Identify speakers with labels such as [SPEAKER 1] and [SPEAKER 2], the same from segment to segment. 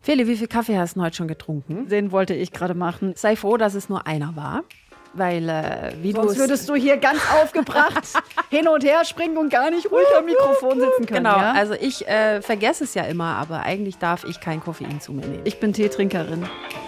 [SPEAKER 1] Feli, wie viel Kaffee hast du heute schon getrunken?
[SPEAKER 2] Den wollte ich gerade machen.
[SPEAKER 1] Sei froh, dass es nur einer war. Weil,
[SPEAKER 2] sonst würdest du hier ganz aufgebracht hin und her springen und gar nicht ruhig am Mikrofon sitzen können.
[SPEAKER 1] Genau,
[SPEAKER 2] ja?
[SPEAKER 1] Also ich vergesse es ja immer, aber eigentlich darf ich kein Koffein zu mir nehmen.
[SPEAKER 2] Ich bin Teetrinkerin.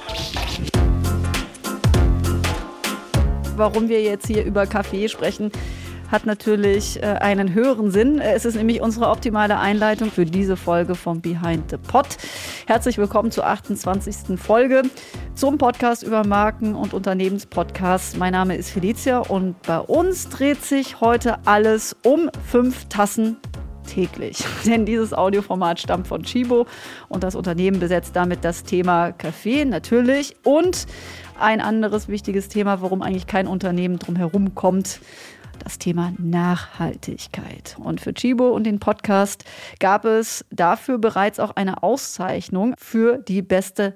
[SPEAKER 2] Warum wir jetzt hier über Kaffee sprechen, hat natürlich einen höheren Sinn. Es ist nämlich unsere optimale Einleitung für diese Folge von Behind the Pod. Herzlich willkommen zur 28. Folge zum Podcast über Marken- und Unternehmenspodcasts. Mein Name ist Felicia und bei uns dreht sich heute alles um 5 Tassen täglich. Denn dieses Audioformat stammt von Tchibo und das Unternehmen besetzt damit das Thema Kaffee natürlich und ein anderes wichtiges Thema, warum eigentlich kein Unternehmen drum herum kommt, das Thema Nachhaltigkeit. Und für Tchibo und den Podcast gab es dafür bereits auch eine Auszeichnung für die beste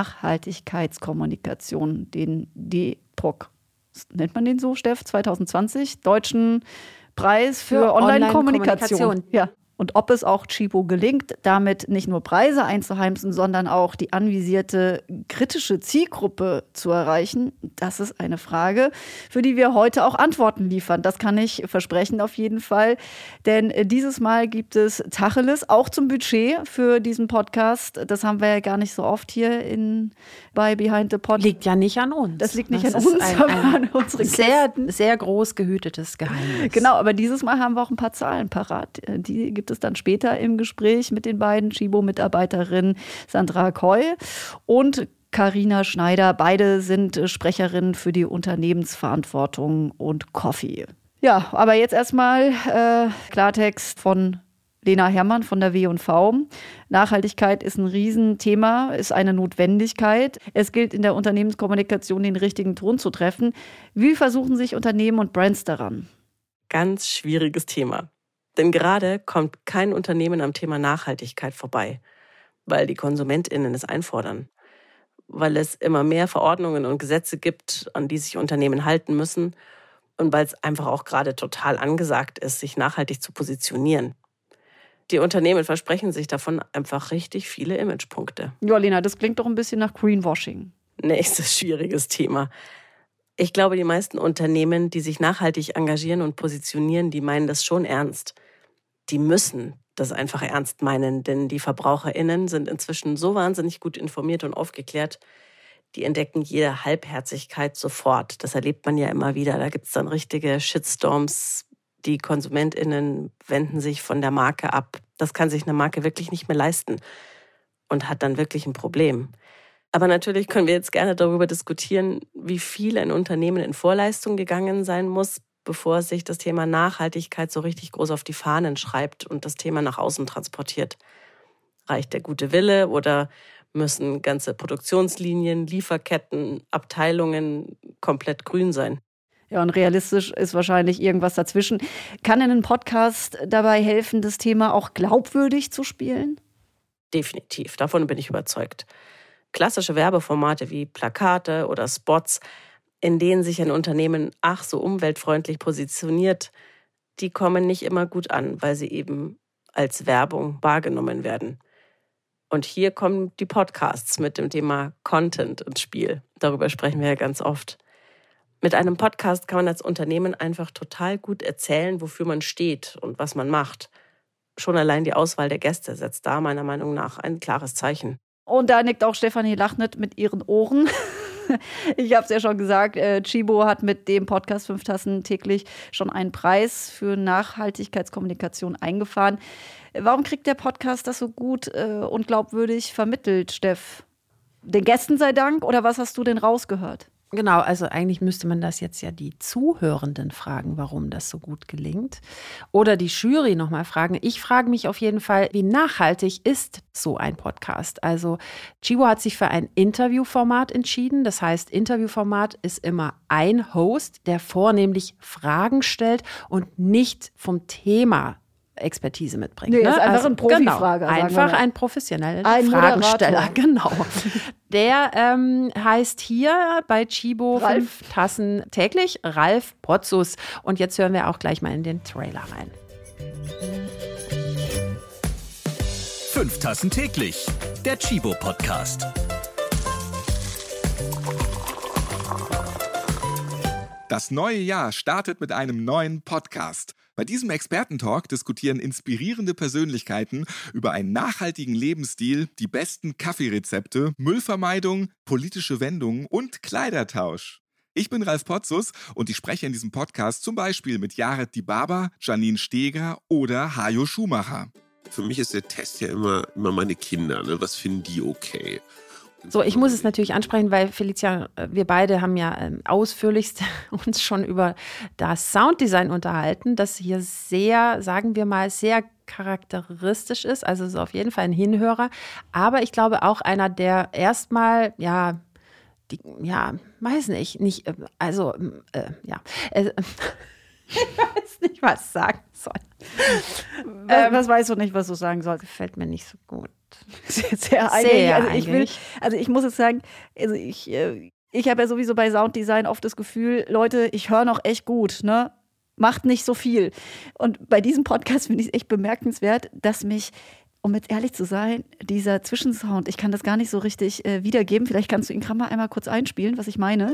[SPEAKER 2] Nachhaltigkeitskommunikation, den DPOC. Nennt man den so, Steff? 2020? Deutschen Preis für Online-Kommunikation. Ja. Und ob es auch Tchibo gelingt, damit nicht nur Preise einzuheimsen, sondern auch die anvisierte kritische Zielgruppe zu erreichen, das ist eine Frage, für die wir heute auch Antworten liefern. Das kann ich versprechen auf jeden Fall. Denn dieses Mal gibt es Tacheles, auch zum Budget für diesen Podcast. Das haben wir ja gar nicht so oft hier bei Behind the Pod.
[SPEAKER 1] Liegt ja nicht an uns.
[SPEAKER 2] Das liegt nicht an uns, sondern an unseren Gästen.
[SPEAKER 1] Sehr groß gehütetes Geheimnis.
[SPEAKER 2] Genau, aber dieses Mal haben wir auch ein paar Zahlen parat. Die gibt es dann später im Gespräch mit den beiden Tchibo-Mitarbeiterinnen Sandra Koy und Carina Schneider. Beide sind Sprecherinnen für die Unternehmensverantwortung und Coffee. Ja, aber jetzt erstmal Klartext von Lena Herrmann von der W&V. Nachhaltigkeit ist ein Riesenthema, ist eine Notwendigkeit. Es gilt in der Unternehmenskommunikation, den richtigen Ton zu treffen. Wie versuchen sich Unternehmen und Brands daran?
[SPEAKER 3] Ganz schwieriges Thema. Denn gerade kommt kein Unternehmen am Thema Nachhaltigkeit vorbei, weil die KonsumentInnen es einfordern. Weil es immer mehr Verordnungen und Gesetze gibt, an die sich Unternehmen halten müssen und weil es einfach auch gerade total angesagt ist, sich nachhaltig zu positionieren. Die Unternehmen versprechen sich davon einfach richtig viele Imagepunkte.
[SPEAKER 2] Ja, Lena, das klingt doch ein bisschen nach Greenwashing.
[SPEAKER 3] Nächstes schwieriges Thema. Ich glaube, die meisten Unternehmen, die sich nachhaltig engagieren und positionieren, die meinen das schon ernst. Die müssen das einfach ernst meinen, denn die VerbraucherInnen sind inzwischen so wahnsinnig gut informiert und aufgeklärt, die entdecken jede Halbherzigkeit sofort. Das erlebt man ja immer wieder. Da gibt es dann richtige Shitstorms. Die KonsumentInnen wenden sich von der Marke ab. Das kann sich eine Marke wirklich nicht mehr leisten und hat dann wirklich ein Problem. Aber natürlich können wir jetzt gerne darüber diskutieren, wie viel ein Unternehmen in Vorleistung gegangen sein muss, bevor sich das Thema Nachhaltigkeit so richtig groß auf die Fahnen schreibt und das Thema nach außen transportiert. Reicht der gute Wille oder müssen ganze Produktionslinien, Lieferketten, Abteilungen komplett grün sein?
[SPEAKER 2] Ja, und realistisch ist wahrscheinlich irgendwas dazwischen. Kann ein Podcast dabei helfen, das Thema auch glaubwürdig zu spielen?
[SPEAKER 3] Definitiv, davon bin ich überzeugt. Klassische Werbeformate wie Plakate oder Spots, in denen sich ein Unternehmen ach so umweltfreundlich positioniert, die kommen nicht immer gut an, weil sie eben als Werbung wahrgenommen werden. Und hier kommen die Podcasts mit dem Thema Content ins Spiel. Darüber sprechen wir ja ganz oft. Mit einem Podcast kann man als Unternehmen einfach total gut erzählen, wofür man steht und was man macht. Schon allein die Auswahl der Gäste setzt da meiner Meinung nach ein klares Zeichen.
[SPEAKER 2] Und da nickt auch Stefanie Lachnet mit ihren Ohren. Ich habe es ja schon gesagt, Tchibo hat mit dem Podcast 5 Tassen täglich schon einen Preis für Nachhaltigkeitskommunikation eingefahren. Warum kriegt der Podcast das so gut und glaubwürdig vermittelt, Steff? Den Gästen sei Dank oder was hast du denn rausgehört?
[SPEAKER 1] Genau, also eigentlich müsste man das jetzt ja die Zuhörenden fragen, warum das so gut gelingt. Oder die Jury nochmal fragen. Ich frage mich auf jeden Fall, wie nachhaltig ist so ein Podcast? Also Tchibo hat sich für ein Interviewformat entschieden. Das heißt, Interviewformat ist immer ein Host, der vornehmlich Fragen stellt und nicht vom Thema Expertise mitbringt.
[SPEAKER 2] Nee, ist einfach ein Profifrager.
[SPEAKER 1] Genau, einfach ein professioneller Fragensteller. Genau. Der heißt hier bei Tchibo 5 Tassen täglich Ralf Potzus. Und jetzt hören wir auch gleich mal in den Trailer rein.
[SPEAKER 4] 5 Tassen täglich. Der Chibo-Podcast.
[SPEAKER 5] Das neue Jahr startet mit einem neuen Podcast. Bei diesem Expertentalk diskutieren inspirierende Persönlichkeiten über einen nachhaltigen Lebensstil, die besten Kaffeerezepte, Müllvermeidung, politische Wendungen und Kleidertausch. Ich bin Ralf Potzus und ich spreche in diesem Podcast zum Beispiel mit Jared Dibaba, Janine Steger oder Hajo Schumacher.
[SPEAKER 6] Für mich ist der Test ja immer meine Kinder. Ne? Was finden die okay?
[SPEAKER 1] So, ich muss es natürlich ansprechen, weil Felicia, wir beide haben ja ausführlichst uns schon über das Sounddesign unterhalten, das hier sehr, sagen wir mal, sehr charakteristisch ist. Also ist auf jeden Fall ein Hinhörer. Aber ich glaube auch einer, der erstmal, weiß nicht, ich weiß nicht, was ich sagen soll.
[SPEAKER 2] Was weißt du nicht, was du sagen sollst?
[SPEAKER 1] Gefällt mir nicht so gut.
[SPEAKER 2] Sehr eingängig. Ich muss jetzt sagen, ich habe ja sowieso bei Sounddesign oft das Gefühl, Leute, ich höre noch echt gut, ne? Macht nicht so viel. Und bei diesem Podcast finde ich es echt bemerkenswert, dass mich, um jetzt ehrlich zu sein, dieser Zwischensound, ich kann das gar nicht so richtig wiedergeben. Vielleicht kannst du ihn mal einmal kurz einspielen, was ich meine.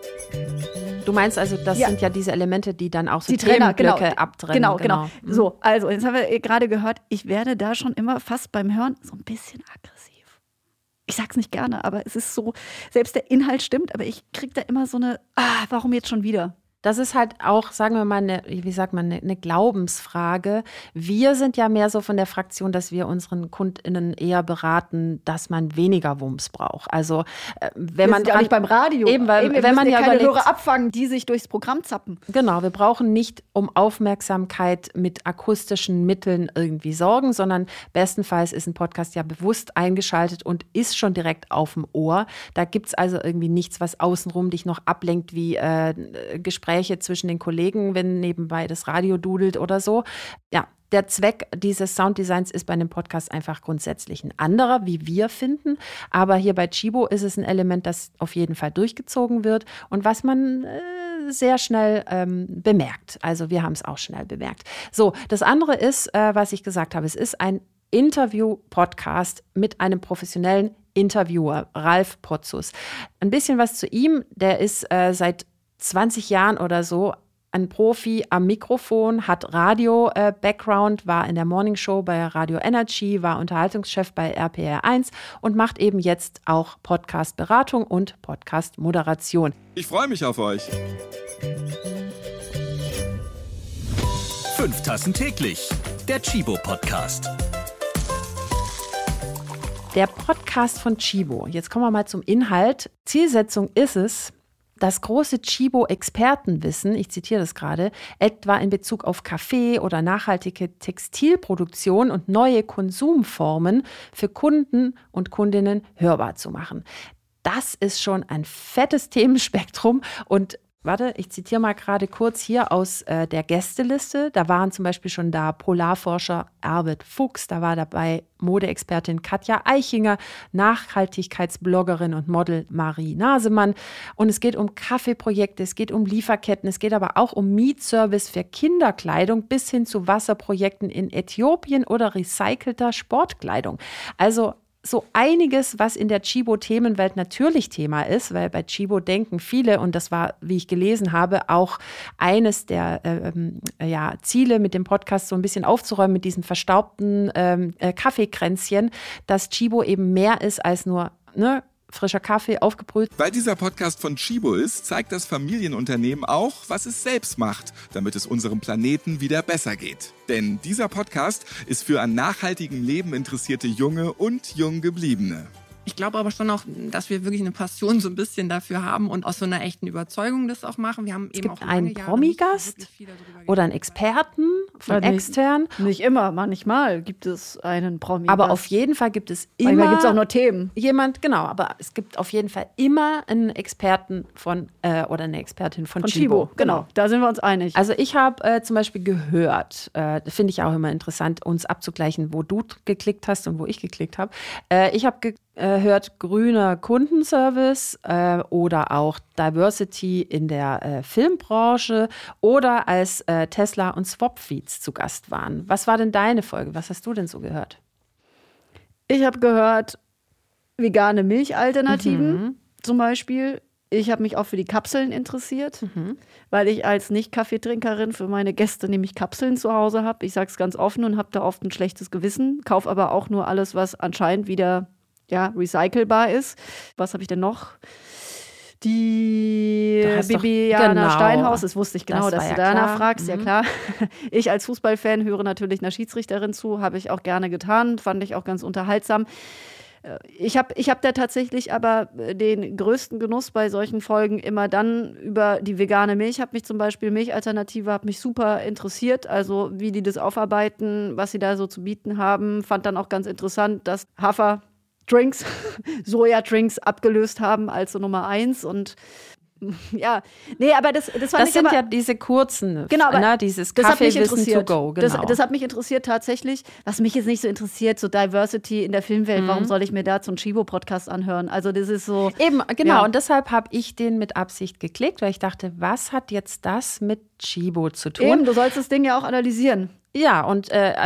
[SPEAKER 1] Du meinst also, das sind ja diese Elemente, die dann auch so
[SPEAKER 2] die Trainer,
[SPEAKER 1] Themenblöcke abtrennen.
[SPEAKER 2] Genau. So, also jetzt haben wir gerade gehört, ich werde da schon immer fast beim Hören so ein bisschen aggressiv. Ich sag's nicht gerne, aber es ist so, selbst der Inhalt stimmt, aber ich krieg da immer so eine, warum jetzt schon wieder? Das ist halt auch, sagen wir mal, eine Glaubensfrage. Wir sind ja mehr so von der Fraktion, dass wir unseren KundInnen eher beraten, dass man weniger Wumms braucht. Also wenn man
[SPEAKER 7] ja nicht beim Radio.
[SPEAKER 1] Eben, weil
[SPEAKER 7] wenn man ja keine Hörer abfangen, die sich durchs Programm zappen.
[SPEAKER 1] Genau, wir brauchen nicht um Aufmerksamkeit mit akustischen Mitteln irgendwie sorgen, sondern bestenfalls ist ein Podcast ja bewusst eingeschaltet und ist schon direkt auf dem Ohr. Da gibt es also irgendwie nichts, was außenrum dich noch ablenkt, wie Gespräche zwischen den Kollegen, wenn nebenbei das Radio dudelt oder so. Ja, der Zweck dieses Sounddesigns ist bei einem Podcast einfach grundsätzlich ein anderer, wie wir finden. Aber hier bei Chibo ist es ein Element, das auf jeden Fall durchgezogen wird und was man sehr schnell bemerkt. Also wir haben es auch schnell bemerkt. So, das andere ist, was ich gesagt habe, es ist ein Interview-Podcast mit einem professionellen Interviewer, Ralf Potzus. Ein bisschen was zu ihm, der ist seit 20 Jahren oder so ein Profi am Mikrofon, hat Radio-Background, war in der Morningshow bei Radio Energy, war Unterhaltungschef bei RPR1 und macht eben jetzt auch Podcast-Beratung und Podcast-Moderation.
[SPEAKER 5] Ich freue mich auf euch.
[SPEAKER 4] 5 Tassen täglich. Der Chibo-Podcast.
[SPEAKER 1] Der Podcast von Chibo. Jetzt kommen wir mal zum Inhalt. Zielsetzung ist es, das große Chibo-Expertenwissen, ich zitiere das gerade, etwa in Bezug auf Kaffee oder nachhaltige Textilproduktion und neue Konsumformen für Kunden und Kundinnen hörbar zu machen. Das ist schon ein fettes Themenspektrum und ich zitiere mal gerade kurz hier aus der Gästeliste. Da waren zum Beispiel schon da Polarforscher Arvid Fuchs, da war dabei Modeexpertin Katja Eichinger, Nachhaltigkeitsbloggerin und Model Marie Nasemann. Und es geht um Kaffeeprojekte, es geht um Lieferketten, es geht aber auch um Mietservice für Kinderkleidung bis hin zu Wasserprojekten in Äthiopien oder recycelter Sportkleidung. Also so einiges, was in der Chibo-Themenwelt natürlich Thema ist, weil bei Chibo denken viele, und das war, wie ich gelesen habe, auch eines der Ziele mit dem Podcast so ein bisschen aufzuräumen mit diesen verstaubten Kaffeekränzchen, dass Chibo eben mehr ist als nur frischer Kaffee aufgebrüht.
[SPEAKER 5] Weil dieser Podcast von Chibo ist, zeigt das Familienunternehmen auch, was es selbst macht, damit es unserem Planeten wieder besser geht. Denn dieser Podcast ist für an nachhaltigem Leben interessierte Junge und Junggebliebene.
[SPEAKER 8] Ich glaube aber schon auch, dass wir wirklich eine Passion so ein bisschen dafür haben und aus so einer echten Überzeugung das auch machen. Wir haben
[SPEAKER 1] es
[SPEAKER 8] eben
[SPEAKER 1] gibt
[SPEAKER 8] auch
[SPEAKER 1] einen Promi-Gast oder einen Experten von extern.
[SPEAKER 2] Nicht immer, manchmal gibt es einen Promi-Gast.
[SPEAKER 1] Aber auf jeden Fall gibt es immer...
[SPEAKER 2] Manchmal gibt es auch nur Themen.
[SPEAKER 1] Aber es gibt auf jeden Fall immer einen Experten oder eine Expertin von Chibo.
[SPEAKER 2] Genau, da sind wir uns einig.
[SPEAKER 1] Also ich habe zum Beispiel gehört, finde ich auch immer interessant, uns abzugleichen, wo du geklickt hast und wo ich geklickt habe. Ich habe hört grüner Kundenservice oder auch Diversity in der Filmbranche oder als Tesla und Swapfeeds zu Gast waren. Was war denn deine Folge? Was hast du denn so gehört?
[SPEAKER 2] Ich habe gehört, vegane Milchalternativen zum Beispiel. Ich habe mich auch für die Kapseln interessiert, weil ich als Nicht-Kaffeetrinkerin für meine Gäste nämlich Kapseln zu Hause habe. Ich sage es ganz offen und habe da oft ein schlechtes Gewissen. Kaufe aber auch nur alles, was anscheinend wieder recycelbar ist. Was habe ich denn noch? Die Bibiana Steinhaus, das wusste ich genau, dass du danach fragst, ja klar. Ich als Fußballfan höre natürlich einer Schiedsrichterin zu, habe ich auch gerne getan, fand ich auch ganz unterhaltsam. Ich hab da tatsächlich aber den größten Genuss bei solchen Folgen immer dann über die vegane Milch. Habe mich zum Beispiel Milchalternative, hat mich super interessiert, also wie die das aufarbeiten, was sie da so zu bieten haben. Fand dann auch ganz interessant, dass Haferdrinks, Sojadrinks abgelöst haben als so Nummer 1 und ja, nee, aber das fand ich
[SPEAKER 1] Das sind ja diese kurzen,
[SPEAKER 2] genau, aber
[SPEAKER 1] dieses Kaffeewissen to go. Genau.
[SPEAKER 2] Das hat mich interessiert tatsächlich. Was mich jetzt nicht so interessiert, so Diversity in der Filmwelt, warum soll ich mir da so einen Chibo-Podcast anhören? Also das ist so…
[SPEAKER 1] Eben, genau, und deshalb habe ich den mit Absicht geklickt, weil ich dachte, was hat jetzt das mit Chibo zu tun?
[SPEAKER 2] Eben, du sollst das Ding ja auch analysieren.
[SPEAKER 1] Ja, und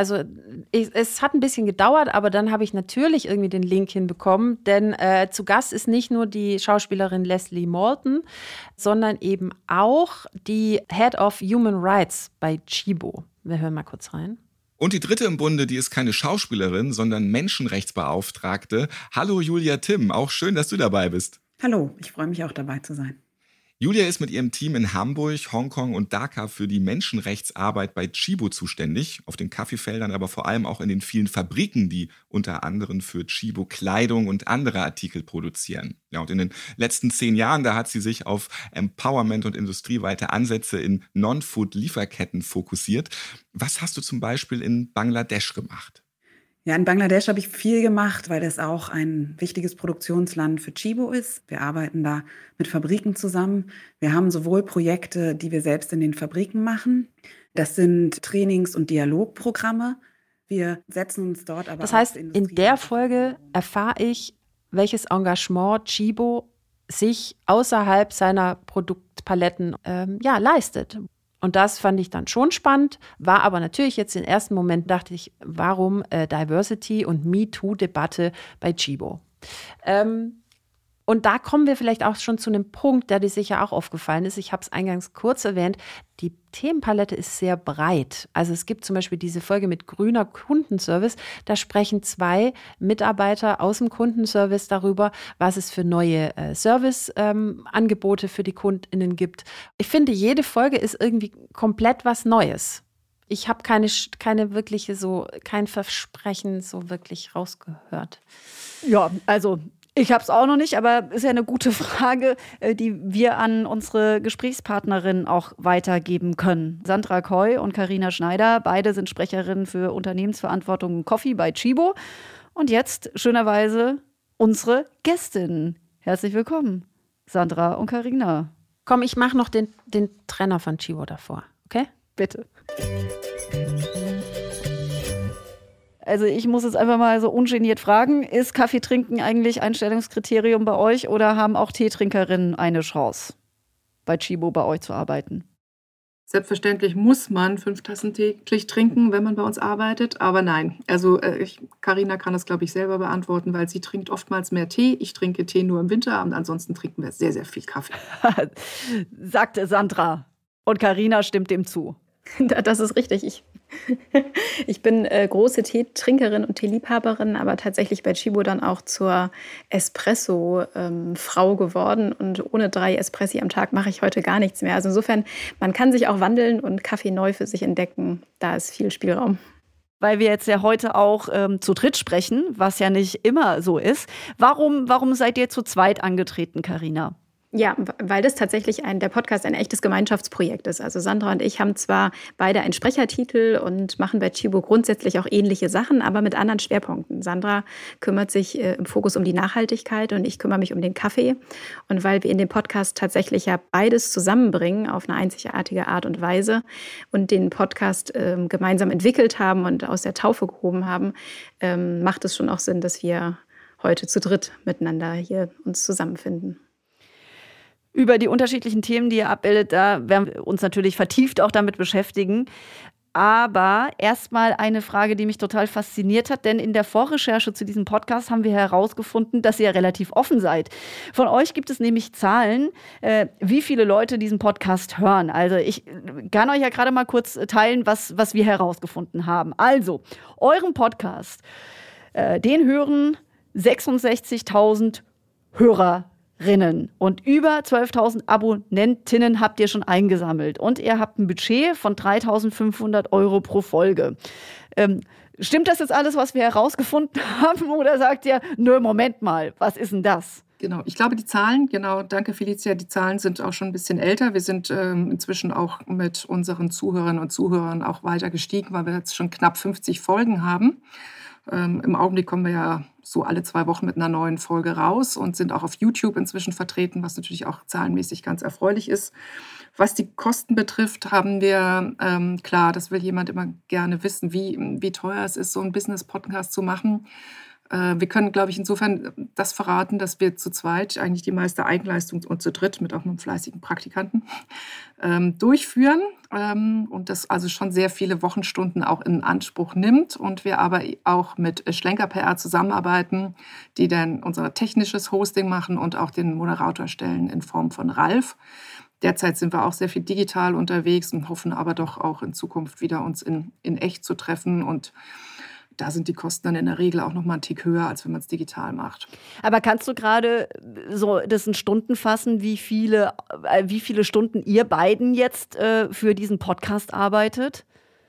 [SPEAKER 1] es hat ein bisschen gedauert, aber dann habe ich natürlich irgendwie den Link hinbekommen, denn zu Gast ist nicht nur die Schauspielerin Leslie Malton, sondern eben auch die Head of Human Rights bei Chibo. Wir hören mal kurz rein.
[SPEAKER 5] Und die dritte im Bunde, die ist keine Schauspielerin, sondern Menschenrechtsbeauftragte. Hallo Julia Timm, auch schön, dass du dabei bist.
[SPEAKER 9] Hallo, ich freue mich auch dabei zu sein.
[SPEAKER 5] Julia ist mit ihrem Team in Hamburg, Hongkong und Dhaka für die Menschenrechtsarbeit bei Chibo zuständig, auf den Kaffeefeldern, aber vor allem auch in den vielen Fabriken, die unter anderem für Chibo Kleidung und andere Artikel produzieren. Ja, und in den letzten 10 Jahren, da hat sie sich auf Empowerment und industrieweite Ansätze in Non-Food-Lieferketten fokussiert. Was hast du zum Beispiel in Bangladesch gemacht?
[SPEAKER 9] Ja, in Bangladesch habe ich viel gemacht, weil das auch ein wichtiges Produktionsland für Chibo ist. Wir arbeiten da mit Fabriken zusammen. Wir haben sowohl Projekte, die wir selbst in den Fabriken machen. Das sind Trainings- und Dialogprogramme. Wir setzen uns dort aber.
[SPEAKER 1] Das heißt, in der Folge erfahre ich, welches Engagement Chibo sich außerhalb seiner Produktpaletten leistet. Und das fand ich dann schon spannend, war aber natürlich jetzt im ersten Moment, dachte ich, warum Diversity und MeToo-Debatte bei Chibo? Und da kommen wir vielleicht auch schon zu einem Punkt, der dir sicher auch aufgefallen ist. Ich habe es eingangs kurz erwähnt, die Themenpalette ist sehr breit. Also es gibt zum Beispiel diese Folge mit grüner Kundenservice. Da sprechen 2 Mitarbeiter aus dem Kundenservice darüber, was es für neue Serviceangebote für die KundInnen gibt. Ich finde, jede Folge ist irgendwie komplett was Neues. Ich habe kein Versprechen so wirklich rausgehört.
[SPEAKER 2] Ja, also ich habe es auch noch nicht, aber ist ja eine gute Frage, die wir an unsere Gesprächspartnerinnen auch weitergeben können. Sandra Koy und Carina Schneider, beide sind Sprecherinnen für Unternehmensverantwortung und Coffee bei Chibo. Und jetzt, schönerweise, unsere Gästinnen. Herzlich willkommen, Sandra und Carina.
[SPEAKER 1] Komm, ich mache noch den Trenner von Chibo davor, okay?
[SPEAKER 2] Bitte. Also ich muss jetzt einfach mal so ungeniert fragen, ist Kaffee trinken eigentlich Einstellungskriterium bei euch oder haben auch Teetrinkerinnen eine Chance, bei Chibo bei euch zu arbeiten?
[SPEAKER 10] Selbstverständlich muss man 5 Tassen täglich trinken, wenn man bei uns arbeitet, aber nein. Also Carina kann das, glaube ich, selber beantworten, weil sie trinkt oftmals mehr Tee. Ich trinke Tee nur im Winter und ansonsten trinken wir sehr, sehr viel Kaffee.
[SPEAKER 2] Sagte Sandra. Und Carina stimmt dem zu.
[SPEAKER 11] Das ist richtig. Ich bin große Teetrinkerin und Teeliebhaberin, aber tatsächlich bei Chibo dann auch zur Espresso-Frau geworden. Und ohne 3 Espressi am Tag mache ich heute gar nichts mehr. Also insofern, man kann sich auch wandeln und Kaffee neu für sich entdecken. Da ist viel Spielraum.
[SPEAKER 2] Weil wir jetzt ja heute auch zu dritt sprechen, was ja nicht immer so ist. Warum seid ihr zu zweit angetreten, Carina?
[SPEAKER 11] Ja, weil das tatsächlich der Podcast ein echtes Gemeinschaftsprojekt ist. Also Sandra und ich haben zwar beide einen Sprechertitel und machen bei Chibo grundsätzlich auch ähnliche Sachen, aber mit anderen Schwerpunkten. Sandra kümmert sich im Fokus um die Nachhaltigkeit und ich kümmere mich um den Kaffee. Und weil wir in dem Podcast tatsächlich ja beides zusammenbringen auf eine einzigartige Art und Weise und den Podcast gemeinsam entwickelt haben und aus der Taufe gehoben haben, macht es schon auch Sinn, dass wir heute zu dritt miteinander hier uns zusammenfinden.
[SPEAKER 2] Über die unterschiedlichen Themen, die ihr abbildet, da werden wir uns natürlich vertieft auch damit beschäftigen. Aber erstmal eine Frage, die mich total fasziniert hat, denn in der Vorrecherche zu diesem Podcast haben wir herausgefunden, dass ihr relativ offen seid. Von euch gibt es nämlich Zahlen, wie viele Leute diesen Podcast hören. Also ich kann euch ja gerade mal kurz teilen, was wir herausgefunden haben. Also, euren Podcast, den hören 66.000 Hörerinnen und über 12.000 Abonnentinnen habt ihr schon eingesammelt. Und ihr habt ein Budget von 3.500 € pro Folge. Stimmt das jetzt alles, was wir herausgefunden haben? Oder sagt ihr, nö, Moment mal, was ist denn das?
[SPEAKER 10] Genau, ich glaube, die Zahlen, genau, danke Felicia, die Zahlen sind auch schon ein bisschen älter. Wir sind inzwischen auch mit unseren Zuhörerinnen und Zuhörern auch weiter gestiegen, weil wir jetzt schon knapp 50 Folgen haben. Im Augenblick kommen wir ja so alle 2 Wochen mit einer neuen Folge raus und sind auch auf YouTube inzwischen vertreten, was natürlich auch zahlenmäßig ganz erfreulich ist. Was die Kosten betrifft, haben wir, klar, das will jemand immer gerne wissen, wie teuer es ist, so einen Business-Podcast zu machen. Wir können, glaube ich, insofern das verraten, dass wir zu zweit eigentlich die meiste Eigenleistung und zu dritt mit auch einem fleißigen Praktikanten durchführen und das also schon sehr viele Wochenstunden auch in Anspruch nimmt und wir aber auch mit Schlenker PR zusammenarbeiten, die dann unser technisches Hosting machen und auch den Moderator stellen in Form von Ralf. Derzeit sind wir auch sehr viel digital unterwegs und hoffen aber doch auch in Zukunft wieder uns in echt zu treffen und da sind die Kosten dann in der Regel auch noch mal einen Tick höher, als wenn man es digital macht.
[SPEAKER 2] Aber kannst du gerade so das in Stunden fassen, wie viele Stunden ihr beiden jetzt für diesen Podcast arbeitet?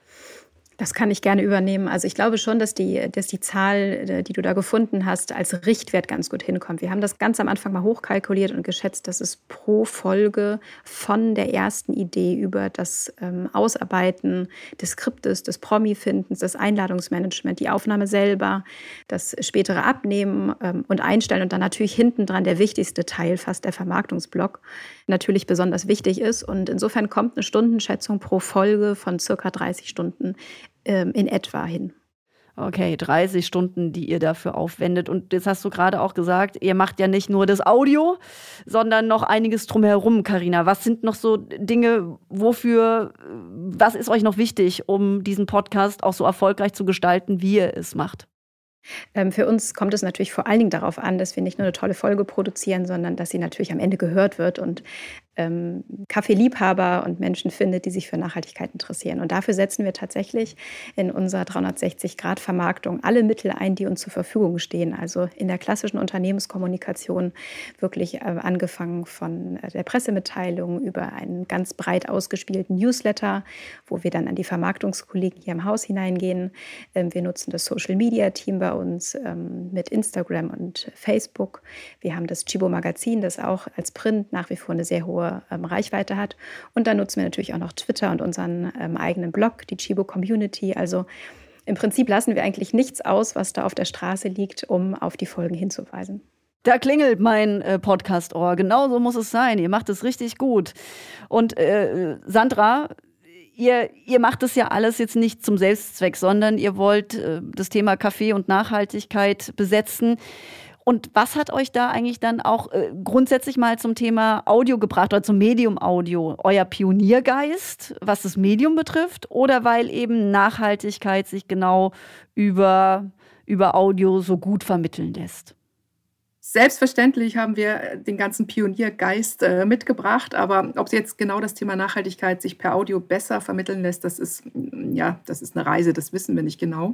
[SPEAKER 11] Das kann ich gerne übernehmen. Also ich glaube schon, dass die Zahl, die du da gefunden hast, als Richtwert ganz gut hinkommt. Wir haben das ganz am Anfang mal hochkalkuliert und geschätzt, dass es pro Folge von der ersten Idee über das Ausarbeiten des Skriptes, des Promi-Findens, das Einladungsmanagement, die Aufnahme selber, das spätere Abnehmen und Einstellen und dann natürlich hinten dran der wichtigste Teil, fast der Vermarktungsblock, natürlich besonders wichtig ist. Und insofern kommt eine Stundenschätzung pro Folge von circa 30 Stunden in etwa hin.
[SPEAKER 2] Okay, 30 Stunden, die ihr dafür aufwendet. Und jetzt hast du gerade auch gesagt, ihr macht ja nicht nur das Audio, sondern noch einiges drumherum, Carina. Was sind noch so Dinge, was ist euch noch wichtig, um diesen Podcast auch so erfolgreich zu gestalten, wie ihr es macht?
[SPEAKER 11] Für uns kommt es natürlich vor allen Dingen darauf an, dass wir nicht nur eine tolle Folge produzieren, sondern dass sie natürlich am Ende gehört wird und Kaffeeliebhaber und Menschen findet, die sich für Nachhaltigkeit interessieren. Und dafür setzen wir tatsächlich in unserer 360-Grad-Vermarktung alle Mittel ein, die uns zur Verfügung stehen. Also in der klassischen Unternehmenskommunikation wirklich angefangen von der Pressemitteilung über einen ganz breit ausgespielten Newsletter, wo wir dann an die Vermarktungskollegen hier im Haus hineingehen. Wir nutzen das Social-Media-Team bei uns mit Instagram und Facebook. Wir haben das Chibo Magazin, das auch als Print nach wie vor eine sehr hohe Reichweite hat. Und dann nutzen wir natürlich auch noch Twitter und unseren eigenen Blog, die Chibo Community. Also im Prinzip lassen wir eigentlich nichts aus, was da auf der Straße liegt, um auf die Folgen hinzuweisen.
[SPEAKER 2] Da klingelt mein Podcast-Ohr. Genau so muss es sein. Ihr macht es richtig gut. Und Sandra, ihr macht es ja alles jetzt nicht zum Selbstzweck, sondern ihr wollt das Thema Kaffee und Nachhaltigkeit besetzen. Und was hat euch da eigentlich dann auch grundsätzlich mal zum Thema Audio gebracht oder zum Medium Audio? Euer Pioniergeist, was das Medium betrifft, oder weil eben Nachhaltigkeit sich genau über Audio so gut vermitteln lässt?
[SPEAKER 10] Selbstverständlich haben wir den ganzen Pioniergeist mitgebracht, aber ob jetzt genau das Thema Nachhaltigkeit sich per Audio besser vermitteln lässt, das ist eine Reise, das wissen wir nicht genau.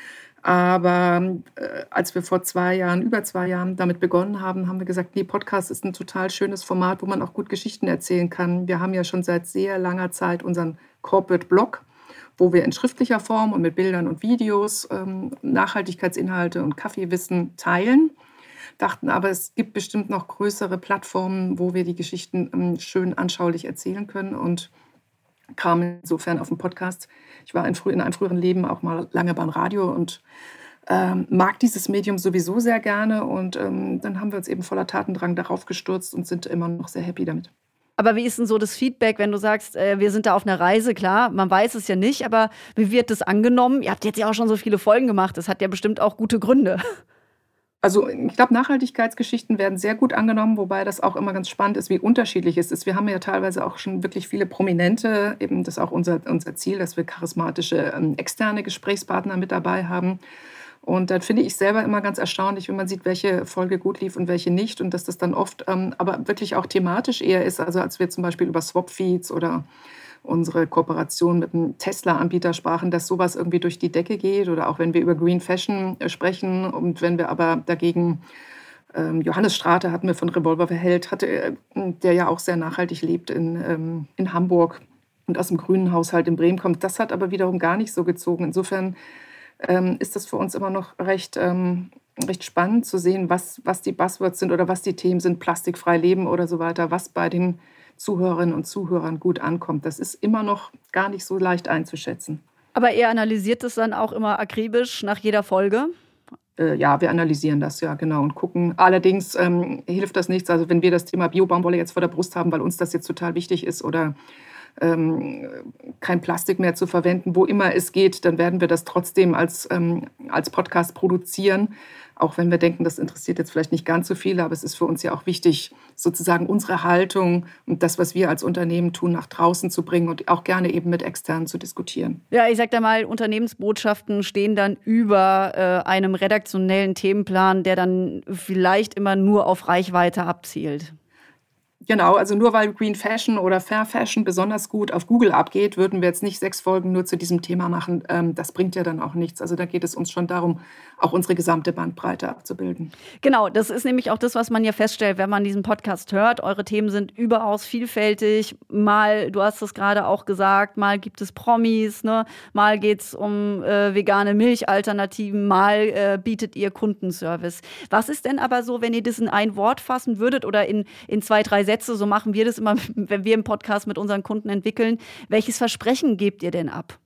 [SPEAKER 10] Aber als wir vor über 2 Jahren damit begonnen haben, haben wir gesagt, nee, Podcast ist ein total schönes Format, wo man auch gut Geschichten erzählen kann. Wir haben ja schon seit sehr langer Zeit unseren Corporate Blog, wo wir in schriftlicher Form und mit Bildern und Videos Nachhaltigkeitsinhalte und Kaffeewissen teilen. Dachten aber, es gibt bestimmt noch größere Plattformen, wo wir die Geschichten schön anschaulich erzählen können und kam insofern auf den Podcast. Ich war in einem früheren Leben auch mal lange beim Radio und mag dieses Medium sowieso sehr gerne. Und dann haben wir uns eben voller Tatendrang darauf gestürzt und sind immer noch sehr happy damit.
[SPEAKER 2] Aber wie ist denn so das Feedback, wenn du sagst, wir sind da auf einer Reise? Klar, man weiß es ja nicht, aber wie wird das angenommen? Ihr habt jetzt ja auch schon so viele Folgen gemacht. Das hat ja bestimmt auch gute Gründe.
[SPEAKER 10] Also ich glaube, Nachhaltigkeitsgeschichten werden sehr gut angenommen, wobei das auch immer ganz spannend ist, wie unterschiedlich es ist. Wir haben ja teilweise auch schon wirklich viele Prominente, eben das ist auch unser Ziel, dass wir charismatische externe Gesprächspartner mit dabei haben. Und dann finde ich selber immer ganz erstaunlich, wenn man sieht, welche Folge gut lief und welche nicht. Und dass das dann oft aber wirklich auch thematisch eher ist. Also als wir zum Beispiel über Swapfeeds oder unsere Kooperation mit einem Tesla-Anbieter sprachen, dass sowas irgendwie durch die Decke geht. Oder auch wenn wir über Green Fashion sprechen. Und wenn wir aber dagegen Johannes Strate hatten wir von Revolver Held, der ja auch sehr nachhaltig lebt in Hamburg und aus dem grünen Haushalt in Bremen kommt. Das hat aber wiederum gar nicht so gezogen. Insofern ist das für uns immer noch recht spannend zu sehen, was die Buzzwords sind oder was die Themen sind, plastikfrei leben oder so weiter, was bei den Zuhörerinnen und Zuhörern gut ankommt. Das ist immer noch gar nicht so leicht einzuschätzen.
[SPEAKER 2] Aber ihr analysiert es dann auch immer akribisch nach jeder Folge?
[SPEAKER 10] Ja, wir analysieren das, ja, genau, und gucken. Allerdings hilft das nichts. Also wenn wir das Thema Bio-Baumwolle jetzt vor der Brust haben, weil uns das jetzt total wichtig ist oder kein Plastik mehr zu verwenden, wo immer es geht, dann werden wir das trotzdem als Podcast produzieren. Auch wenn wir denken, das interessiert jetzt vielleicht nicht ganz so viele, aber es ist für uns ja auch wichtig, sozusagen unsere Haltung und das, was wir als Unternehmen tun, nach draußen zu bringen und auch gerne eben mit Externen zu diskutieren.
[SPEAKER 2] Ja, ich sag da mal, Unternehmensbotschaften stehen dann über einem redaktionellen Themenplan, der dann vielleicht immer nur auf Reichweite abzielt.
[SPEAKER 10] Genau, also nur weil Green Fashion oder Fair Fashion besonders gut auf Google abgeht, würden wir jetzt nicht 6 Folgen nur zu diesem Thema machen. Das bringt ja dann auch nichts. Also da geht es uns schon darum, auch unsere gesamte Bandbreite abzubilden.
[SPEAKER 2] Genau, das ist nämlich auch das, was man ja feststellt, wenn man diesen Podcast hört. Eure Themen sind überaus vielfältig. Mal, du hast es gerade auch gesagt, mal gibt es Promis, ne? Mal geht es um vegane Milchalternativen, mal bietet ihr Kundenservice. Was ist denn aber so, wenn ihr das in ein Wort fassen würdet oder in 2, 3 Sätze, so machen wir das immer, wenn wir im Podcast mit unseren Kunden entwickeln. Welches Versprechen gebt ihr denn ab?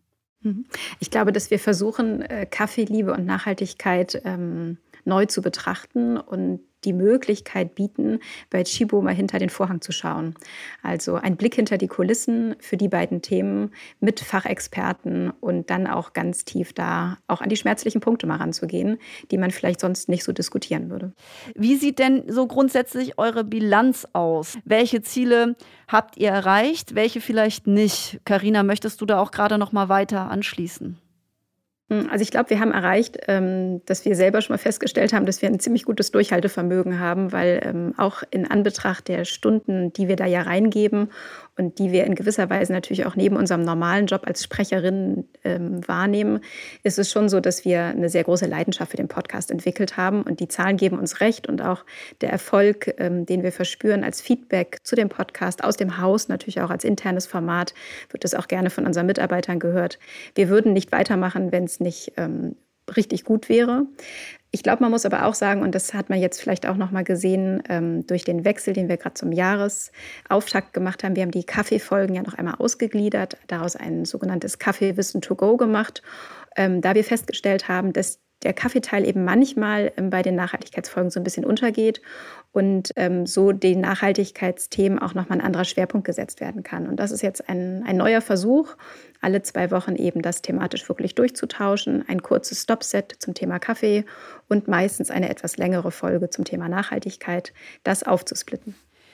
[SPEAKER 11] Ich glaube, dass wir versuchen, Kaffeeliebe und Nachhaltigkeit neu zu betrachten und die Möglichkeit bieten, bei Tchibo mal hinter den Vorhang zu schauen. Also ein Blick hinter die Kulissen für die beiden Themen mit Fachexperten und dann auch ganz tief da auch an die schmerzlichen Punkte mal ranzugehen, die man vielleicht sonst nicht so diskutieren würde.
[SPEAKER 2] Wie sieht denn so grundsätzlich eure Bilanz aus? Welche Ziele habt ihr erreicht, welche vielleicht nicht? Carina, möchtest du da auch gerade noch mal weiter anschließen?
[SPEAKER 11] Also ich glaube, wir haben erreicht, dass wir selber schon mal festgestellt haben, dass wir ein ziemlich gutes Durchhaltevermögen haben, weil auch in Anbetracht der Stunden, die wir da ja reingeben und die wir in gewisser Weise natürlich auch neben unserem normalen Job als Sprecherin wahrnehmen, ist es schon so, dass wir eine sehr große Leidenschaft für den Podcast entwickelt haben. Und die Zahlen geben uns recht und auch der Erfolg, den wir verspüren als Feedback zu dem Podcast aus dem Haus, natürlich auch als internes Format, wird das auch gerne von unseren Mitarbeitern gehört. Wir würden nicht weitermachen, wenn es nicht richtig gut wäre. Ich glaube, man muss aber auch sagen, und das hat man jetzt vielleicht auch noch mal gesehen, durch den Wechsel, den wir gerade zum Jahresauftakt gemacht haben, wir haben die Kaffeefolgen ja noch einmal ausgegliedert, daraus ein sogenanntes Kaffeewissen to go gemacht, da wir festgestellt haben, dass der Kaffeeteil eben manchmal bei den Nachhaltigkeitsfolgen so ein bisschen untergeht und so den Nachhaltigkeitsthemen auch nochmal ein anderer Schwerpunkt gesetzt werden kann. Und das ist jetzt ein neuer Versuch, alle 2 Wochen eben das thematisch wirklich durchzutauschen, ein kurzes Stopset zum Thema Kaffee und meistens eine etwas längere Folge zum Thema Nachhaltigkeit, das aufzusplitten.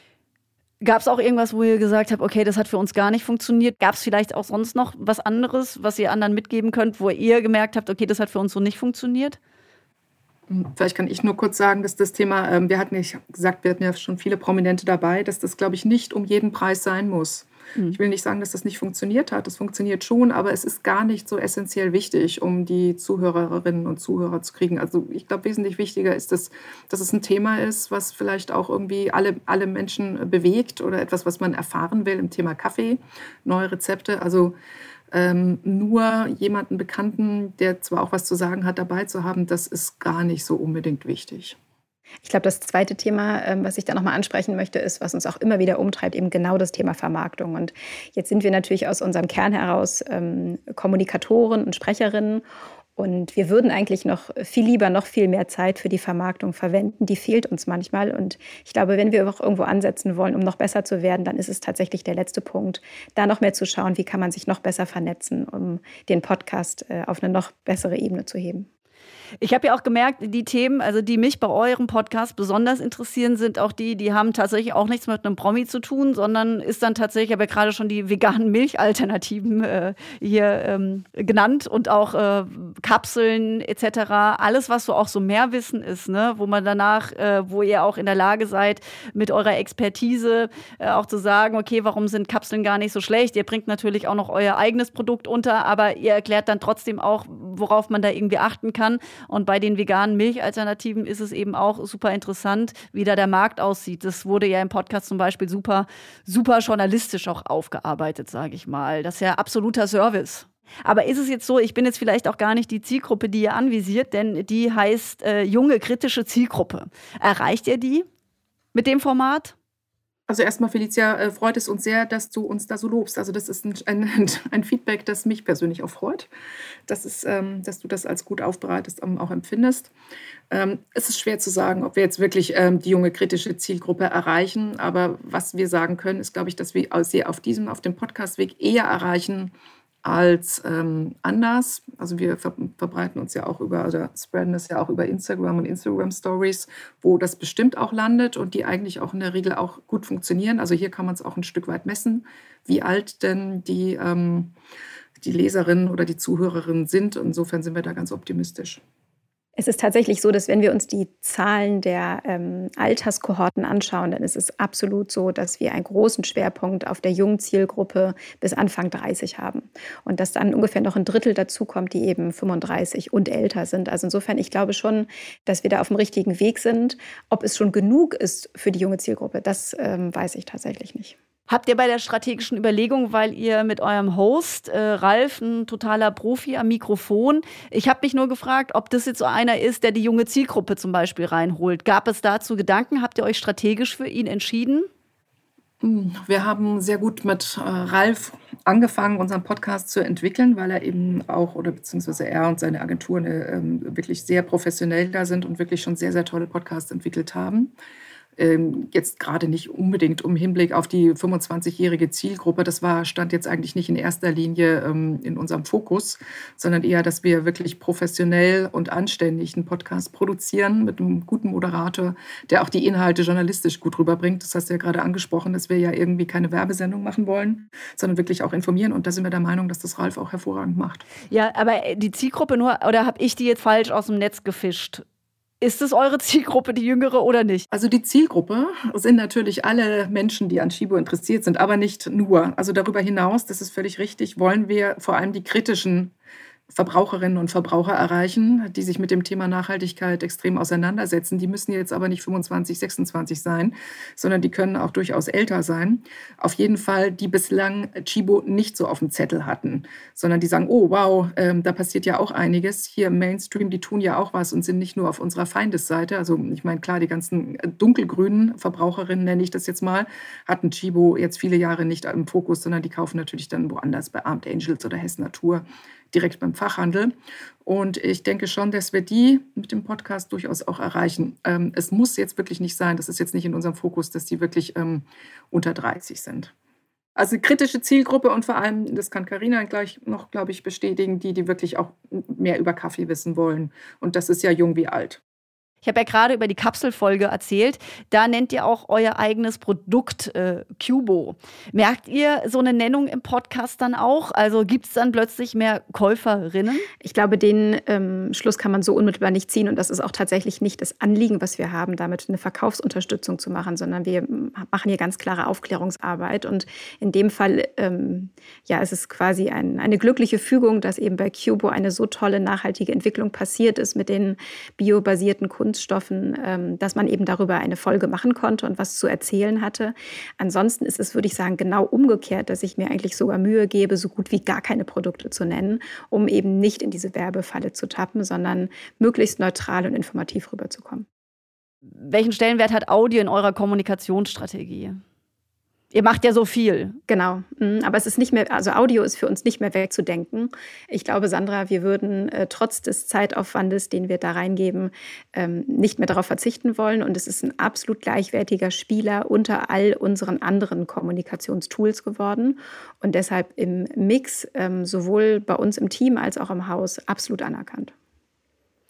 [SPEAKER 2] Gab es auch irgendwas, wo ihr gesagt habt, okay, das hat für uns gar nicht funktioniert? Gab es vielleicht auch sonst noch was anderes, was ihr anderen mitgeben könnt, wo ihr gemerkt habt, okay, das hat für uns so nicht funktioniert?
[SPEAKER 10] Vielleicht kann ich nur kurz sagen, dass das Thema, wir hatten ja schon viele Prominente dabei, dass das, glaube ich, nicht um jeden Preis sein muss. Ich will nicht sagen, dass das nicht funktioniert hat. Das funktioniert schon, aber es ist gar nicht so essentiell wichtig, um die Zuhörerinnen und Zuhörer zu kriegen. Also ich glaube, wesentlich wichtiger ist, dass es ein Thema ist, was vielleicht auch irgendwie alle Menschen bewegt oder etwas, was man erfahren will im Thema Kaffee, neue Rezepte. Also nur jemanden Bekannten, der zwar auch was zu sagen hat, dabei zu haben, das ist gar nicht so unbedingt wichtig.
[SPEAKER 11] Ich glaube, das zweite Thema, was ich da nochmal ansprechen möchte, ist, was uns auch immer wieder umtreibt, eben genau das Thema Vermarktung. Und jetzt sind wir natürlich aus unserem Kern heraus Kommunikatoren und Sprecherinnen. Und wir würden eigentlich noch viel lieber noch viel mehr Zeit für die Vermarktung verwenden. Die fehlt uns manchmal. Und ich glaube, wenn wir auch irgendwo ansetzen wollen, um noch besser zu werden, dann ist es tatsächlich der letzte Punkt, da noch mehr zu schauen, wie kann man sich noch besser vernetzen, um den Podcast auf eine noch bessere Ebene zu heben.
[SPEAKER 2] Ich habe ja auch gemerkt, die Themen, also die mich bei eurem Podcast besonders interessieren, sind auch die haben tatsächlich auch nichts mit einem Promi zu tun, sondern ist dann tatsächlich, ich habe ja gerade schon die veganen Milchalternativen hier genannt und auch Kapseln etc. Alles, was so auch so Mehrwissen ist, ne? Wo man danach, wo ihr auch in der Lage seid, mit eurer Expertise auch zu sagen, okay, warum sind Kapseln gar nicht so schlecht? Ihr bringt natürlich auch noch euer eigenes Produkt unter, aber ihr erklärt dann trotzdem auch, worauf man da irgendwie achten kann. Und bei den veganen Milchalternativen ist es eben auch super interessant, wie da der Markt aussieht. Das wurde ja im Podcast zum Beispiel super, super journalistisch auch aufgearbeitet, sage ich mal. Das ist ja absoluter Service. Aber ist es jetzt so, ich bin jetzt vielleicht auch gar nicht die Zielgruppe, die ihr anvisiert, denn die heißt junge, kritische Zielgruppe. Erreicht ihr die mit dem Format?
[SPEAKER 10] Also erstmal, Felicia, freut es uns sehr, dass du uns da so lobst. Also das ist ein Feedback, das mich persönlich auch freut, dass du das als gut aufbereitet auch empfindest. Es ist schwer zu sagen, ob wir jetzt wirklich die junge kritische Zielgruppe erreichen. Aber was wir sagen können, ist, glaube ich, dass wir sie auf dem Podcastweg eher erreichen als anders. Also wir verbreiten uns ja auch spreaden es ja auch über Instagram und Instagram-Stories, wo das bestimmt auch landet und die eigentlich auch in der Regel auch gut funktionieren. Also hier kann man es auch ein Stück weit messen, wie alt denn die Leserinnen oder die Zuhörerinnen sind. Insofern sind wir da ganz optimistisch.
[SPEAKER 11] Es ist tatsächlich so, dass wenn wir uns die Zahlen der Alterskohorten anschauen, dann ist es absolut so, dass wir einen großen Schwerpunkt auf der jungen Zielgruppe bis Anfang 30 haben. Und dass dann ungefähr noch ein Drittel dazukommt, die eben 35 und älter sind. Also insofern, ich glaube schon, dass wir da auf dem richtigen Weg sind. Ob es schon genug ist für die junge Zielgruppe, das weiß ich tatsächlich nicht.
[SPEAKER 2] Habt ihr bei der strategischen Überlegung, weil ihr mit eurem Host, Ralf, ein totaler Profi am Mikrofon, ich habe mich nur gefragt, ob das jetzt so einer ist, der die junge Zielgruppe zum Beispiel reinholt. Gab es dazu Gedanken? Habt ihr euch strategisch für ihn entschieden?
[SPEAKER 10] Wir haben sehr gut mit Ralf angefangen, unseren Podcast zu entwickeln, weil er eben auch, oder beziehungsweise er und seine Agentur wirklich sehr professionell da sind und wirklich schon sehr, sehr tolle Podcasts entwickelt haben. Jetzt gerade nicht unbedingt im Hinblick auf die 25-jährige Zielgruppe. Das stand jetzt eigentlich nicht in erster Linie in unserem Fokus, sondern eher, dass wir wirklich professionell und anständig einen Podcast produzieren mit einem guten Moderator, der auch die Inhalte journalistisch gut rüberbringt. Das hast du ja gerade angesprochen, dass wir ja irgendwie keine Werbesendung machen wollen, sondern wirklich auch informieren. Und da sind wir der Meinung, dass das Ralf auch hervorragend macht.
[SPEAKER 2] Ja, aber die Zielgruppe oder habe ich die jetzt falsch aus dem Netz gefischt? Ist es eure Zielgruppe, die Jüngere, oder nicht?
[SPEAKER 10] Also die Zielgruppe sind natürlich alle Menschen, die an Chibo interessiert sind, aber nicht nur. Also darüber hinaus, das ist völlig richtig, wollen wir vor allem die kritischen Verbraucherinnen und Verbraucher erreichen, die sich mit dem Thema Nachhaltigkeit extrem auseinandersetzen. Die müssen jetzt aber nicht 25, 26 sein, sondern die können auch durchaus älter sein. Auf jeden Fall, die bislang Chibo nicht so auf dem Zettel hatten, sondern die sagen, oh wow, da passiert ja auch einiges. Hier im Mainstream, die tun ja auch was und sind nicht nur auf unserer Feindesseite. Also ich meine, klar, die ganzen dunkelgrünen Verbraucherinnen, nenne ich das jetzt mal, hatten Chibo jetzt viele Jahre nicht im Fokus, sondern die kaufen natürlich dann woanders bei Armed Angels oder Hess Natur, direkt beim Fachhandel. Und ich denke schon, dass wir die mit dem Podcast durchaus auch erreichen. Es muss jetzt wirklich nicht sein, das ist jetzt nicht in unserem Fokus, dass die wirklich unter 30 sind. Also kritische Zielgruppe und vor allem, das kann Carina gleich noch, glaube ich, bestätigen, die wirklich auch mehr über Kaffee wissen wollen. Und das ist ja jung wie alt.
[SPEAKER 2] Ich habe ja gerade über die Kapselfolge erzählt. Da nennt ihr auch euer eigenes Produkt Cubo. Merkt ihr so eine Nennung im Podcast dann auch? Also gibt es dann plötzlich mehr Käuferinnen?
[SPEAKER 11] Ich glaube, den Schluss kann man so unmittelbar nicht ziehen. Und das ist auch tatsächlich nicht das Anliegen, was wir haben, damit eine Verkaufsunterstützung zu machen, sondern wir machen hier ganz klare Aufklärungsarbeit. Und in dem Fall ist es quasi eine glückliche Fügung, dass eben bei Cubo eine so tolle nachhaltige Entwicklung passiert ist mit den biobasierten Kunststoffen, dass man eben darüber eine Folge machen konnte und was zu erzählen hatte. Ansonsten ist es, würde ich sagen, genau umgekehrt, dass ich mir eigentlich sogar Mühe gebe, so gut wie gar keine Produkte zu nennen, um eben nicht in diese Werbefalle zu tappen, sondern möglichst neutral und informativ rüberzukommen.
[SPEAKER 2] Welchen Stellenwert hat Audio in eurer Kommunikationsstrategie? Ihr macht ja so viel.
[SPEAKER 11] Genau, aber es ist nicht mehr, also Audio ist für uns nicht mehr wegzudenken. Ich glaube, Sandra, wir würden trotz des Zeitaufwandes, den wir da reingeben, nicht mehr darauf verzichten wollen. Und es ist ein absolut gleichwertiger Spieler unter all unseren anderen Kommunikationstools geworden. Und deshalb im Mix, sowohl bei uns im Team als auch im Haus, absolut anerkannt.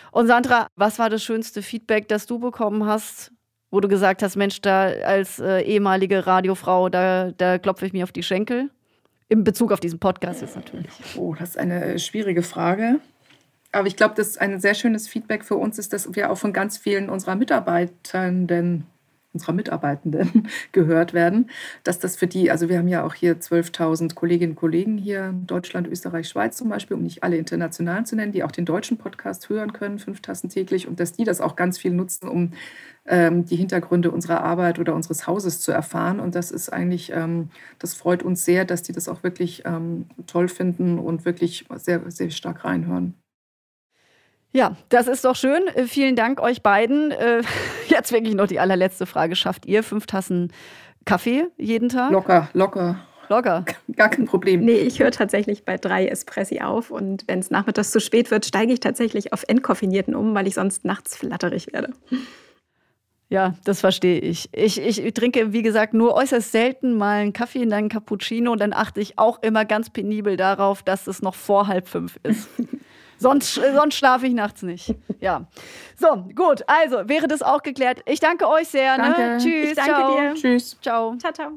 [SPEAKER 2] Und Sandra, was war das schönste Feedback, das du bekommen hast, wo du gesagt hast, Mensch, da als ehemalige Radiofrau, da klopfe ich mir auf die Schenkel? In Bezug auf diesen Podcast jetzt natürlich.
[SPEAKER 10] Oh, das ist eine schwierige Frage. Aber ich glaube, dass ein sehr schönes Feedback für uns ist, dass wir auch von ganz vielen unserer Mitarbeitenden gehört werden, dass das für die, also wir haben ja auch hier 12.000 Kolleginnen und Kollegen hier in Deutschland, Österreich, Schweiz zum Beispiel, um nicht alle internationalen zu nennen, die auch den deutschen Podcast hören können, 5 Tassen täglich, und dass die das auch ganz viel nutzen, um die Hintergründe unserer Arbeit oder unseres Hauses zu erfahren. Und das ist eigentlich, das freut uns sehr, dass die das auch wirklich toll finden und wirklich sehr, sehr stark reinhören.
[SPEAKER 2] Ja, das ist doch schön. Vielen Dank euch beiden. Jetzt wirklich noch die allerletzte Frage. Schafft ihr 5 Tassen Kaffee jeden Tag?
[SPEAKER 10] Locker. Gar kein Problem.
[SPEAKER 11] Nee, ich höre tatsächlich bei 3 Espressi auf. Und wenn es nachmittags zu spät wird, steige ich tatsächlich auf entkoffinierten um, weil ich sonst nachts flatterig werde.
[SPEAKER 2] Ja, das verstehe ich. Ich trinke, wie gesagt, nur äußerst selten mal einen Kaffee und dann einen Cappuccino. Und dann achte ich auch immer ganz penibel darauf, dass es noch vor 4:30 ist. Sonst schlafe ich nachts nicht. Ja. So, gut. Also, wäre das auch geklärt. Ich danke euch sehr.
[SPEAKER 10] Danke.
[SPEAKER 2] Ne? Tschüss.
[SPEAKER 11] Ich danke dir.
[SPEAKER 10] Tschüss.
[SPEAKER 2] Ciao.
[SPEAKER 11] Ciao.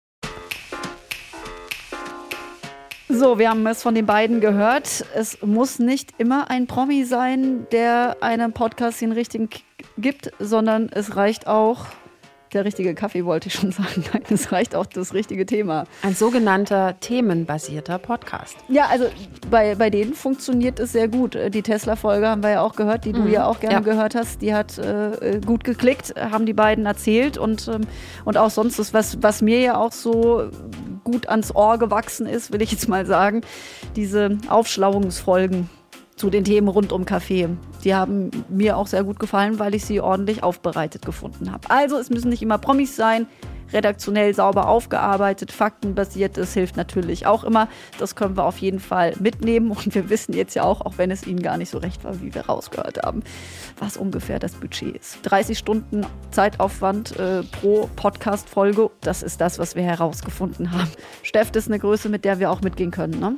[SPEAKER 2] So, wir haben es von den beiden gehört. Es muss nicht immer ein Promi sein, der einem Podcast den richtigen Kick gibt, sondern es reicht auch der richtige Kaffee, wollte ich schon sagen. Nein, es reicht auch das richtige Thema.
[SPEAKER 1] Ein sogenannter themenbasierter Podcast.
[SPEAKER 2] Ja, also bei denen funktioniert es sehr gut. Die Tesla-Folge haben wir ja auch gehört, die du ja auch gerne gehört hast. Die hat gut geklickt, haben die beiden erzählt. Und auch sonst, das, was mir ja auch so gut ans Ohr gewachsen ist, will ich jetzt mal sagen, diese Aufschlauungsfolgen zu den Themen rund um Kaffee. Die haben mir auch sehr gut gefallen, weil ich sie ordentlich aufbereitet gefunden habe. Also es müssen nicht immer Promis sein, redaktionell sauber aufgearbeitet, faktenbasiert, das hilft natürlich auch immer. Das können wir auf jeden Fall mitnehmen und wir wissen jetzt ja auch wenn es Ihnen gar nicht so recht war, wie wir rausgehört haben, was ungefähr das Budget ist. 30 Stunden Zeitaufwand pro Podcast-Folge, das ist das, was wir herausgefunden haben. Steff, das ist eine Größe, mit der wir auch mitgehen können, ne?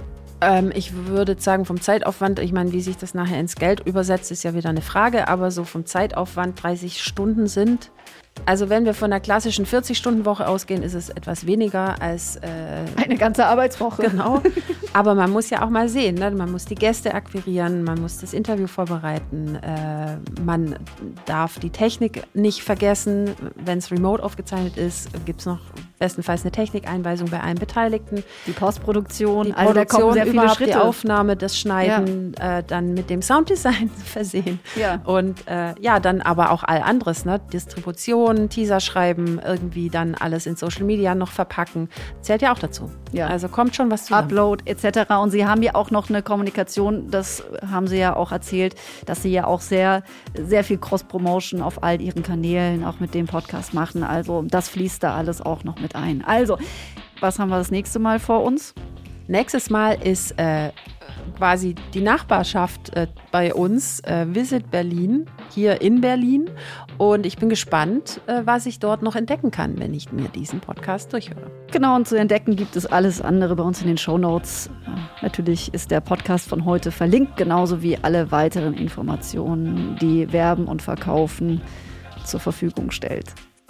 [SPEAKER 1] Ich würde sagen, vom Zeitaufwand, ich meine, wie sich das nachher ins Geld übersetzt, ist ja wieder eine Frage, aber so vom Zeitaufwand 30 Stunden sind. Also wenn wir von der klassischen 40-Stunden-Woche ausgehen, ist es etwas weniger als
[SPEAKER 2] eine ganze Arbeitswoche.
[SPEAKER 1] Genau. Aber man muss ja auch mal sehen, ne? Man muss die Gäste akquirieren, man muss das Interview vorbereiten, man darf die Technik nicht vergessen. Wenn es remote aufgezeichnet ist, gibt es noch bestenfalls eine Technikeinweisung bei allen Beteiligten.
[SPEAKER 2] Die Postproduktion,
[SPEAKER 1] die Produktion,
[SPEAKER 2] da kommen sehr viele Schritte.
[SPEAKER 1] Die Aufnahme, das Schneiden, dann mit dem Sounddesign versehen.
[SPEAKER 2] Ja.
[SPEAKER 1] Und dann aber auch all anderes, ne? Distribution, Teaser schreiben, irgendwie dann alles in Social Media noch verpacken. Zählt ja auch dazu.
[SPEAKER 2] Ja.
[SPEAKER 1] Also kommt schon was zusammen.
[SPEAKER 2] Upload etc. Und Sie haben ja auch noch eine Kommunikation, das haben Sie ja auch erzählt, dass Sie ja auch sehr, sehr viel Cross-Promotion auf all Ihren Kanälen, auch mit dem Podcast machen. Also das fließt da alles auch noch mit ein. Also, was haben wir das nächste Mal vor uns?
[SPEAKER 1] Nächstes Mal ist quasi die Nachbarschaft bei uns, Visit Berlin, hier in Berlin. Und ich bin gespannt, was ich dort noch entdecken kann, wenn ich mir diesen Podcast durchhöre.
[SPEAKER 2] Genau, und zu entdecken gibt es alles andere bei uns in den Shownotes. Natürlich ist der Podcast von heute verlinkt, genauso wie alle weiteren Informationen, die Werben und Verkaufen zur Verfügung stellt.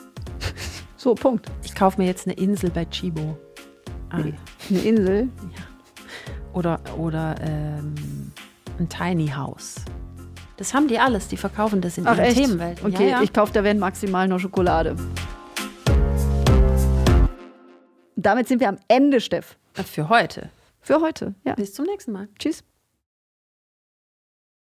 [SPEAKER 2] So, Punkt.
[SPEAKER 1] Ich kaufe mir jetzt eine Insel bei Chibo.
[SPEAKER 2] Eine Insel?
[SPEAKER 1] Ja. Oder ein Tiny House. Das haben die alles, die verkaufen das in ihren Themenwelten.
[SPEAKER 2] Okay,
[SPEAKER 1] ja.
[SPEAKER 2] Ich kaufe da wenn maximal nur Schokolade. Damit sind wir am Ende, Steff.
[SPEAKER 1] Für heute.
[SPEAKER 2] Für heute, ja.
[SPEAKER 1] Bis zum nächsten Mal.
[SPEAKER 2] Tschüss.